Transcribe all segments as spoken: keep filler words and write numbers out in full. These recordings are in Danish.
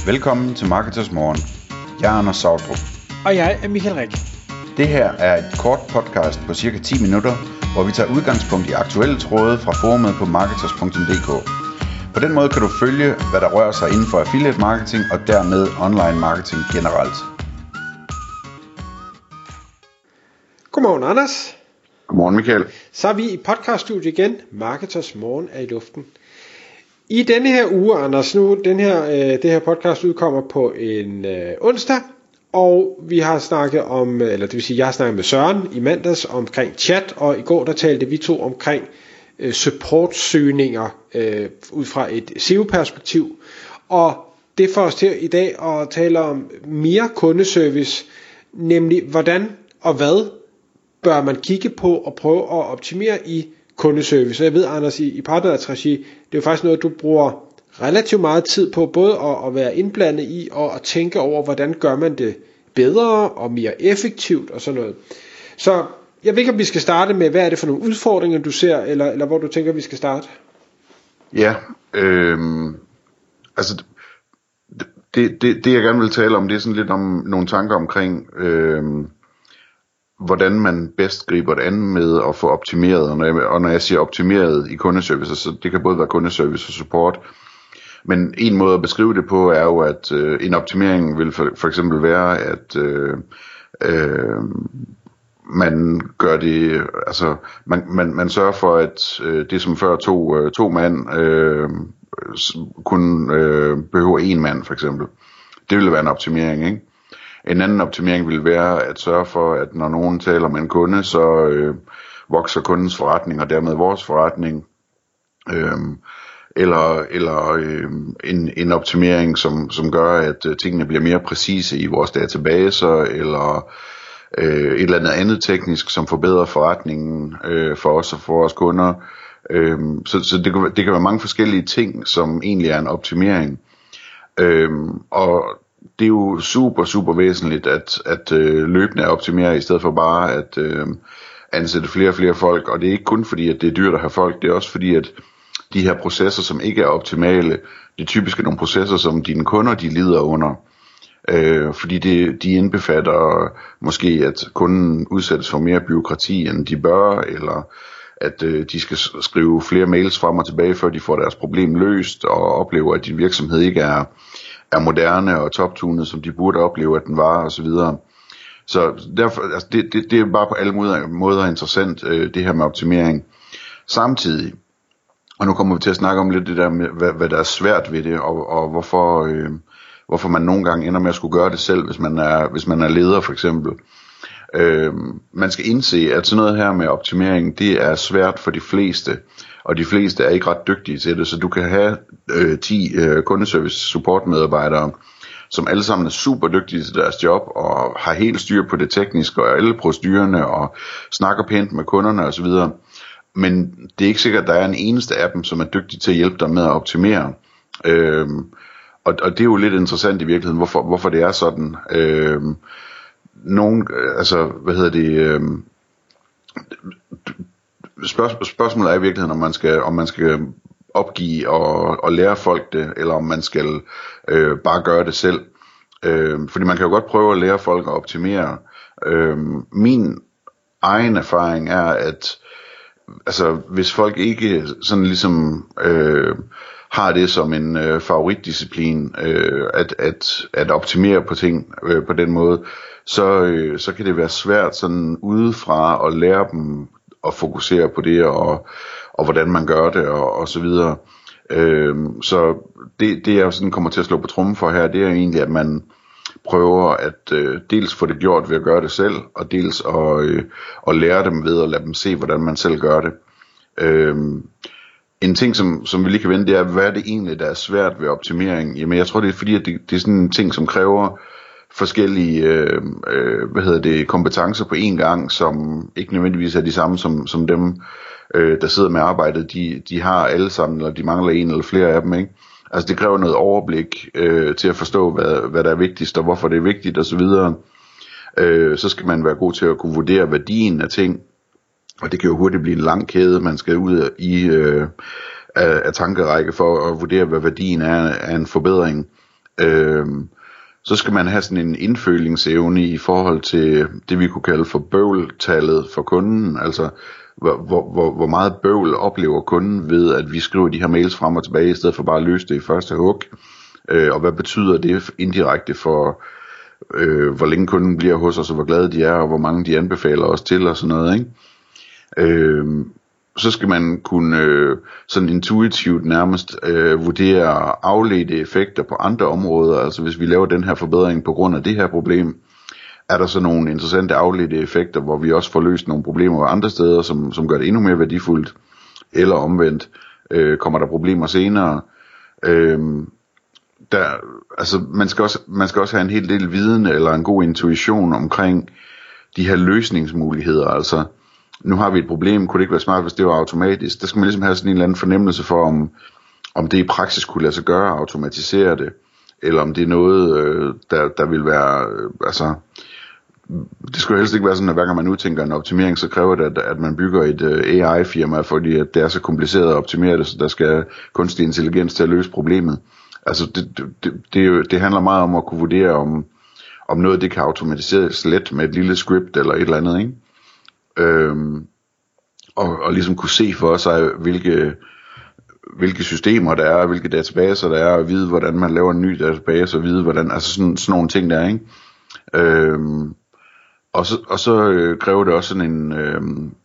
Velkommen til Marketers Morgen. Jeg er Anders Sautrup. Og jeg er Michael Rik. Det her er et kort podcast på cirka ti minutter, hvor vi tager udgangspunkt i aktuelle tråde fra forumet på marketers punktum d k. På den måde kan du følge, hvad der rører sig inden for affiliate marketing og dermed online marketing generelt. Godmorgen, Anders. Godmorgen, Michael. Så er vi i podcaststudiet igen. Marketers Morgen er i luften. I denne her uge, Anders, nu den her, øh, det her podcast udkommer på en øh, onsdag, og vi har snakket om, eller det vil sige, jeg har snakket med Søren i mandags omkring chat, og i går der talte vi to omkring øh, supportsøgninger øh, ud fra et S E O-perspektiv, og det får os til i dag at tale om mere kundeservice, nemlig hvordan og hvad bør man kigge på og prøve at optimere i kundeservice. Og jeg ved, Anders, i, i Partners regi, det er jo faktisk noget, du bruger relativt meget tid på, både at, at være indblandet i og at tænke over, hvordan gør man det bedre og mere effektivt og sådan noget. Så jeg ved ikke, om vi skal starte med, hvad er det for nogle udfordringer, du ser, eller, eller hvor du tænker, vi skal starte? Ja, øh, altså det, det, det jeg gerne vil tale om, det er sådan lidt om nogle tanker omkring, øh, hvordan man bedst griber det an med at få optimeret, og når jeg, og når jeg siger optimeret i kundeservice, så det kan både være kundeservice og support, men en måde at beskrive det på er jo, at øh, en optimering vil for, for eksempel være, at øh, øh, man gør det, altså man, man, man sørger for, at øh, det som før to, øh, to mand øh, kun øh, behøver en mand for eksempel. Det ville være en optimering, ikke? En anden optimering vil være at sørge for, at når nogen taler med en kunde, så øh, vokser kundens forretning og dermed vores forretning. Øhm, eller eller øh, en, en optimering, som, som gør, at øh, tingene bliver mere præcise i vores databaser, eller øh, et eller andet andet teknisk, som forbedrer forretningen øh, for os og for vores kunder. Øhm, så så det, kan, det kan være mange forskellige ting, som egentlig er en optimering. Øhm, og det er jo super, super væsentligt, at, at øh, løbende optimere, i stedet for bare at øh, ansætte flere og flere folk. Og det er ikke kun fordi, at det er dyrt at have folk, det er også fordi, at de her processer, som ikke er optimale, det er typisk nogle processer, som dine kunder, de lider under. Øh, fordi det, de indbefatter måske, at kunden udsættes for mere byråkrati, end de bør, eller at øh, de skal skrive flere mails frem og tilbage, før de får deres problem løst, og oplever, at din virksomhed ikke er er moderne og toptunet, som de burde opleve, at den var, og så videre. Så derfor, altså det, det, det er bare på alle måder, måder interessant, øh, det her med optimering. Samtidig, og nu kommer vi til at snakke om lidt det der med, hvad, hvad der er svært ved det, og, og hvorfor, øh, hvorfor man nogle gange ender med at skulle gøre det selv, hvis man er, hvis man er leder for eksempel. Øh, man skal indse, at sådan noget her med optimering, det er svært for de fleste, og de fleste er ikke ret dygtige til det, så du kan have øh, ti øh, kundeservice support medarbejdere, som alle sammen er super dygtige til deres job, og har helt styr på det tekniske, og alle procedurerne, og snakker pænt med kunderne osv., men det er ikke sikkert, at der er en eneste af dem, som er dygtig til at hjælpe dig med at optimere. Øh, og, og det er jo lidt interessant i virkeligheden, hvorfor, hvorfor det er sådan. Øh, nogen, altså, hvad hedder det... Øh, Spørg- spørgsmålet er i virkeligheden, om man skal, om man skal opgive og, og lære folk det, eller om man skal øh, bare gøre det selv. Øh, fordi man kan jo godt prøve at lære folk at optimere. Øh, min egen erfaring er, at altså, hvis folk ikke sådan ligesom øh, har det som en øh, favoritdisciplin, øh, at, at, at optimere på ting øh, på den måde, så, øh, så kan det være svært sådan udefra at lære dem og fokusere på det, og, og hvordan man gør det, og, og så videre. Øhm, så det, det jeg sådan kommer til at slå på trommen for her, det er egentlig, at man prøver at øh, dels få det gjort ved at gøre det selv, og dels at, øh, at lære dem ved at lade dem se, hvordan man selv gør det. Øhm, en ting, som, som vi lige kan vende, det er, hvad er det egentlig, der er svært ved optimering? Jamen, jeg tror, det er fordi, at det, det er sådan en ting, som kræver forskellige øh, øh, hvad hedder det, kompetencer på én gang, som ikke nødvendigvis er de samme som, som dem, øh, der sidder med arbejdet. De, de har alle sammen, eller de mangler en eller flere af dem, ikke? Altså det kræver noget overblik øh, til at forstå, hvad, hvad der er vigtigst, og hvorfor det er vigtigt, og så videre. Øh, så skal man være god til at kunne vurdere værdien af ting, og det kan jo hurtigt blive en lang kæde, man skal ud i øh, af, af tankerække for at vurdere, hvad værdien er af en forbedring. Øh, så skal man have sådan en indfølingsevne i forhold til det, vi kunne kalde for bøvltallet for kunden. Altså, hvor, hvor, hvor meget bøvl oplever kunden ved, at vi skriver de her mails frem og tilbage, i stedet for bare at løse det i første hug. Øh, og hvad betyder det indirekte for, øh, hvor længe kunden bliver hos os, og hvor glade de er, og hvor mange de anbefaler os til, og sådan noget, ikke? Øh, så skal man kunne øh, sådan intuitivt nærmest øh, vurdere afledte effekter på andre områder. Altså hvis vi laver den her forbedring på grund af det her problem, er der så nogle interessante afledte effekter, hvor vi også får løst nogle problemer andre steder, som, som gør det endnu mere værdifuldt, eller omvendt, øh, kommer der problemer senere. Øh, der, altså man skal, også, man skal også have en hel del viden eller en god intuition omkring de her løsningsmuligheder. Altså nu har vi et problem, kunne det ikke være smart, hvis det var automatisk? Der skal man ligesom have sådan en eller anden fornemmelse for, om, om det i praksis kunne lade sig gøre at automatisere det, eller om det er noget, øh, der, der vil være, øh, altså, det skulle helst ikke være sådan, at hver gang man udtænker en optimering, så kræver det, at, at man bygger et øh, A I-firma, fordi at det er så kompliceret at optimere det, så der skal kunstig intelligens til at løse problemet. Altså, det, det, det, det handler meget om at kunne vurdere, om, om noget det kan automatiseres let med et lille script eller et eller andet, ikke? Øhm, og, og ligesom kunne se for sig, hvilke, hvilke systemer der er, hvilke databaser der er, og vide, hvordan man laver en ny database, og vide, hvordan, altså sådan, sådan nogle ting der, ikke? Øhm, og så, og så øh, kræver det også sådan en, øh,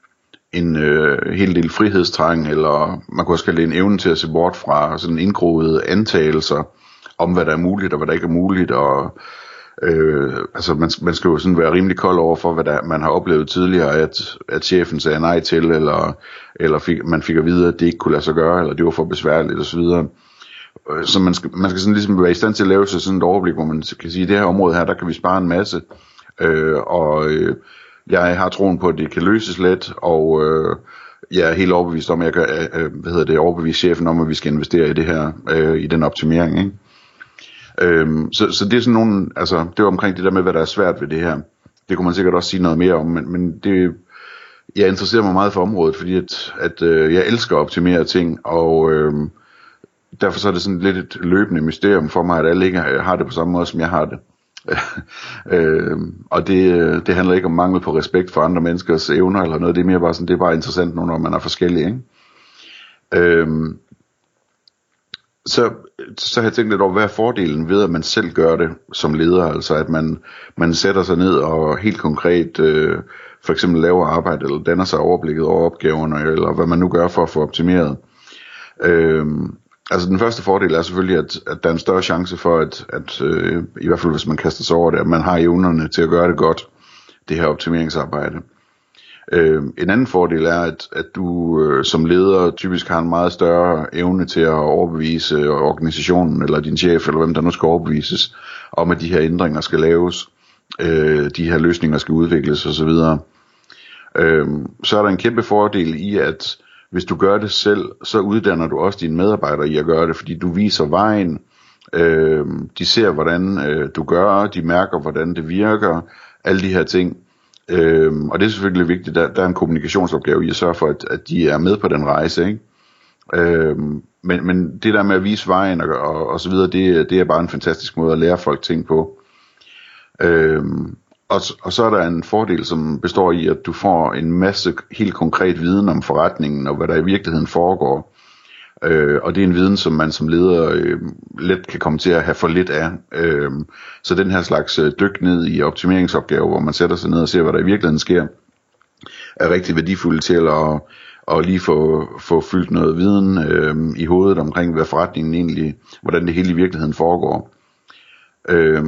en øh, hel del frihedstrang, eller man kunne også kalde det en evne til at se bort fra sådan indgroede antagelser, om hvad der er muligt, og hvad der ikke er muligt, og Øh, altså man, man skal jo sådan være rimelig kold over for, hvad der, man har oplevet tidligere, at, at chefen sagde nej til, eller, eller fik, man fik at vide, at det ikke kunne lade sig gøre, eller det var for besværligt osv. Så man skal, man skal sådan ligesom være i stand til at lave sig sådan et overblik, hvor man kan sige, at det her område her, der kan vi spare en masse, øh, og øh, jeg har troen på, at det kan løses let, og øh, jeg er helt overbevist om, at jeg kan øh, hvad hedder det, overbevise chefen om, at vi skal investere i det her, øh, i den optimering, ikke? Øhm, så, så det er sådan nogle, altså det var omkring det der med, hvad der er svært ved det her. Det kunne man sikkert også sige noget mere om, men, men det, jeg interesserer mig meget for området, fordi at, at øh, jeg elsker at optimere ting, og øh, derfor så er det sådan lidt et løbende mysterium for mig, at alle ikke har det på samme måde, som jeg har det. øh, og det, det handler ikke om mangel på respekt for andre menneskers evner eller noget, det er mere bare sådan, det er bare interessant nu, når man er forskellig, ikke? Øh, Så, så har jeg tænkt lidt over, hvad er fordelen ved, at man selv gør det som leder, altså at man, man sætter sig ned og helt konkret øh, for eksempel laver arbejde, eller danner sig overblikket over opgaverne, eller hvad man nu gør for at få optimeret. Øh, altså den første fordel er selvfølgelig, at, at der er en større chance for, at, at øh, i hvert fald hvis man kaster sig over det, at man har evnerne til at gøre det godt, det her optimeringsarbejde. Øh, en anden fordel er, at, at du øh, som leder typisk har en meget større evne til at overbevise organisationen, eller din chef, eller hvem der nu skal overbevises, om at de her ændringer skal laves, øh, de her løsninger skal udvikles osv. Øh, så er der en kæmpe fordel i, at hvis du gør det selv, så uddanner du også dine medarbejdere i at gøre det, fordi du viser vejen, øh, de ser hvordan øh, du gør, de mærker hvordan det virker, alle de her ting. Øhm, og det er selvfølgelig vigtigt, der, der er en kommunikationsopgave i at sørge for, at, at de er med på den rejse, ikke? Øhm, men, men det der med at vise vejen og, og, og så videre, det, det er bare en fantastisk måde at lære folk ting på. Øhm, og, og så er der en fordel, som består i, at du får en masse helt konkret viden om forretningen og hvad der i virkeligheden foregår. Øh, og det er en viden, som man som leder øh, let kan komme til at have for lidt af. Øh, så den her slags øh, dyk ned i optimeringsopgaver, hvor man sætter sig ned og ser, hvad der i virkeligheden sker, er rigtig værdifuldt til at, at lige få, få fyldt noget viden øh, i hovedet omkring, hvad forretningen egentlig, hvordan det hele i virkeligheden foregår. Øh,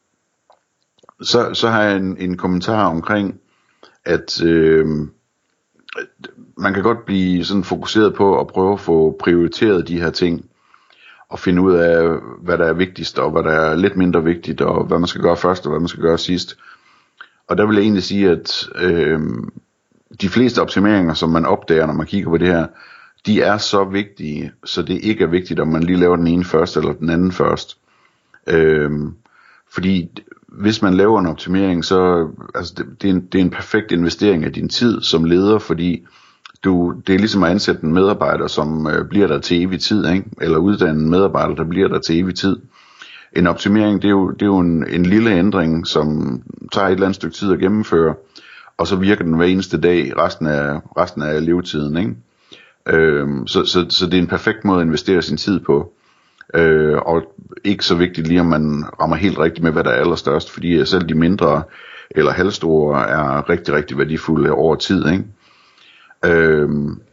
så, så har jeg en, en kommentar omkring, at øh, man kan godt blive sådan fokuseret på at prøve at få prioriteret de her ting, og finde ud af, hvad der er vigtigst, og hvad der er lidt mindre vigtigt, og hvad man skal gøre først, og hvad man skal gøre sidst. Og der vil jeg egentlig sige, at øh, de fleste optimeringer, som man opdager, når man kigger på det her, de er så vigtige, så det ikke er vigtigt, om man lige laver den ene først, eller den anden først. Øh, fordi hvis man laver en optimering, så altså det, det, er en, det er en perfekt investering af din tid som leder, fordi du, det er ligesom at ansætte en medarbejder, som øh, bliver der til evig tid, ikke? Eller uddanne en medarbejder, der bliver der til evig tid. en optimering, det er jo, det er jo en, en lille ændring, som tager et eller andet stykke tid at gennemføre, og så virker den hver eneste dag resten af, resten af levetiden, ikke? Øhm, så, så, så det er en perfekt måde at investere sin tid på. Øh, og ikke så vigtigt lige om man rammer helt rigtigt med hvad der er allerstørst, fordi selv de mindre eller halvstore er rigtig rigtig værdifulde over tid, ikke? Øh,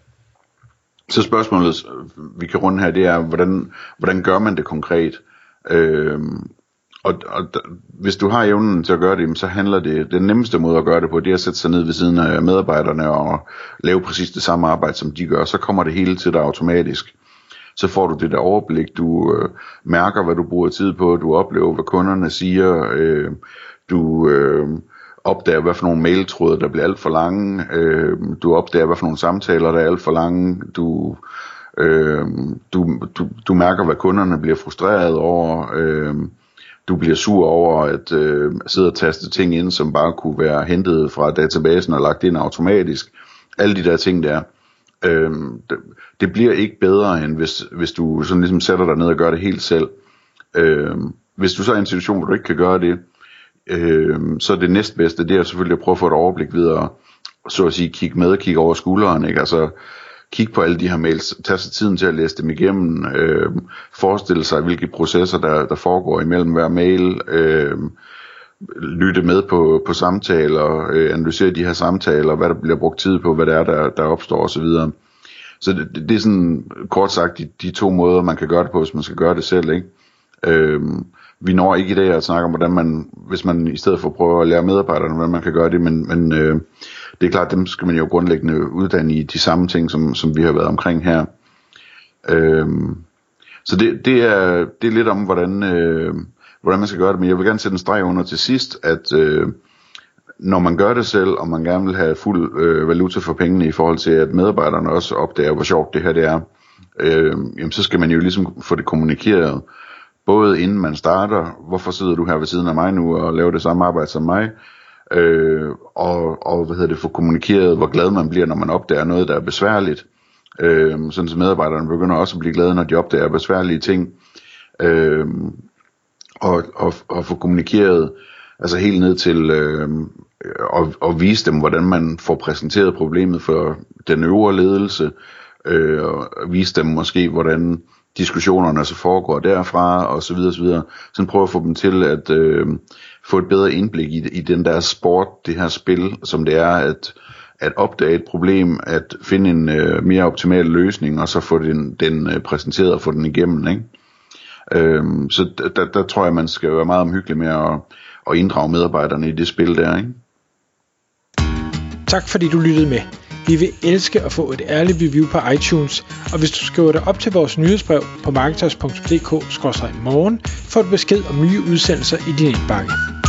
så spørgsmålet vi kan runde her, det er hvordan, hvordan gør man det konkret? Øh, og, og hvis du har evnen til at gøre det, så handler det, den nemmeste måde at gøre det på, det er at sætte sig ned ved siden af medarbejderne og lave præcis det samme arbejde som de gør. Så kommer det hele til dig automatisk. Så får du det der overblik, du øh, mærker, hvad du bruger tid på, du oplever, hvad kunderne siger, øh, du øh, opdager, hvad for nogle mailtråde, der bliver alt for lange, øh, du opdager, hvad for nogle samtaler, der er alt for lange, du, øh, du, du, du mærker, hvad kunderne bliver frustreret over, øh, du bliver sur over at øh, sidde og taste ting ind, som bare kunne være hentet fra databasen og lagt ind automatisk. Alle de der ting der. Øhm, det, det bliver ikke bedre end hvis, hvis du sådan ligesom sætter dig ned og gør det helt selv. Øhm, hvis du så er i en situation hvor du ikke kan gøre det, øhm, så er det næstbedste, det er selvfølgelig at prøve at få et overblik videre, så at sige kigge med og kigge over skulderen, ikke? Altså kigge på alle de her mails, tage sig tiden til at læse dem igennem, øhm, forestille sig hvilke processer der, der foregår imellem hver mail, øhm, lytte med på, på samtaler, øh, analysere de her samtaler, hvad der bliver brugt tid på, hvad der er, der, der opstår osv. Så, så det, det, det er sådan kort sagt de, de to måder, man kan gøre det på, hvis man skal gøre det selv, ikke? Øhm, vi når ikke i dag at snakke om, hvordan man, hvis man i stedet for prøver at lære medarbejderne, hvordan man kan gøre det, men, men øh, det er klart, dem skal man jo grundlæggende uddanne i de samme ting, som, som vi har været omkring her. Øhm, så det, det, er, det er lidt om, hvordan... Øh, hvordan man skal gøre det, men jeg vil gerne sætte en streg under til sidst, at øh, når man gør det selv, og man gerne vil have fuld øh, valuta for pengene i forhold til, at medarbejderne også opdager, hvor sjovt det her det er, øh, jamen så skal man jo ligesom få det kommunikeret, både inden man starter, hvorfor sidder du her ved siden af mig nu og laver det samme arbejde som mig, øh, og, og hvad hedder det, få kommunikeret, hvor glad man bliver, når man opdager noget, der er besværligt, øh, sådan så medarbejderne begynder også at blive glade, når de opdager besværlige ting, øh, Og, og, og få kommunikeret altså helt ned til øh, og, og vise dem, hvordan man får præsenteret problemet for den øvre ledelse, øh, og vise dem måske, hvordan diskussionerne så foregår derfra, og så videre, så videre. Sådan prøve at få dem til at øh, få et bedre indblik i, i den der sport, det her spil, som det er at, at opdage et problem, at finde en øh, mere optimal løsning, og så få den, den øh, præsenteret og få den igennem, ikke? Øhm, så der, der tror jeg man skal være meget omhyggelig med at, at inddrage medarbejderne i det spil der, ikke? Tak fordi du lyttede med. Vi vil elske at få et ærligt review på iTunes, og hvis du skriver dig op til vores nyhedsbrev på marketers punktum d k skråstreg morgen, får du besked om nye udsendelser i din indbakke.